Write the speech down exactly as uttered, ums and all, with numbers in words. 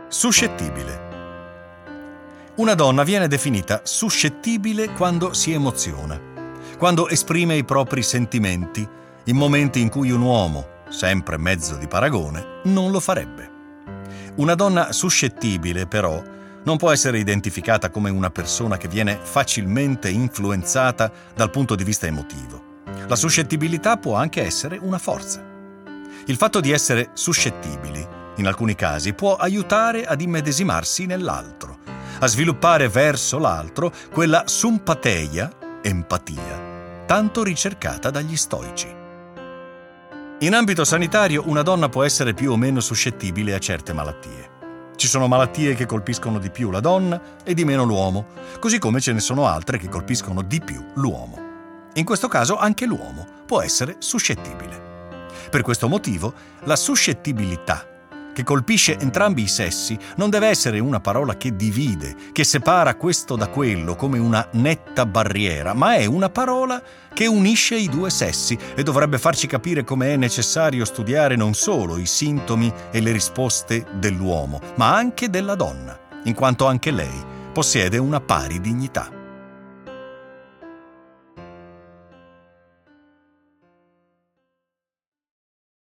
Suscettibile. Una donna viene definita suscettibile quando si emoziona, quando esprime i propri sentimenti in momenti in cui un uomo, sempre mezzo di paragone, non lo farebbe. Una donna suscettibile, però, non può essere identificata come una persona che viene facilmente influenzata dal punto di vista emotivo. La suscettibilità può anche essere una forza. Il fatto di essere suscettibili, in alcuni casi, può aiutare ad immedesimarsi nell'altro, a sviluppare verso l'altro quella sympatheia, empatia, tanto ricercata dagli stoici. In ambito sanitario, una donna può essere più o meno suscettibile a certe malattie. Ci sono malattie che colpiscono di più la donna e di meno l'uomo, così come ce ne sono altre che colpiscono di più l'uomo. In questo caso anche l'uomo può essere suscettibile. Per questo motivo, la suscettibilità, che colpisce entrambi i sessi, non deve essere una parola che divide, che separa questo da quello come una netta barriera, ma è una parola che unisce i due sessi e dovrebbe farci capire come è necessario studiare non solo i sintomi e le risposte dell'uomo, ma anche della donna, in quanto anche lei possiede una pari dignità.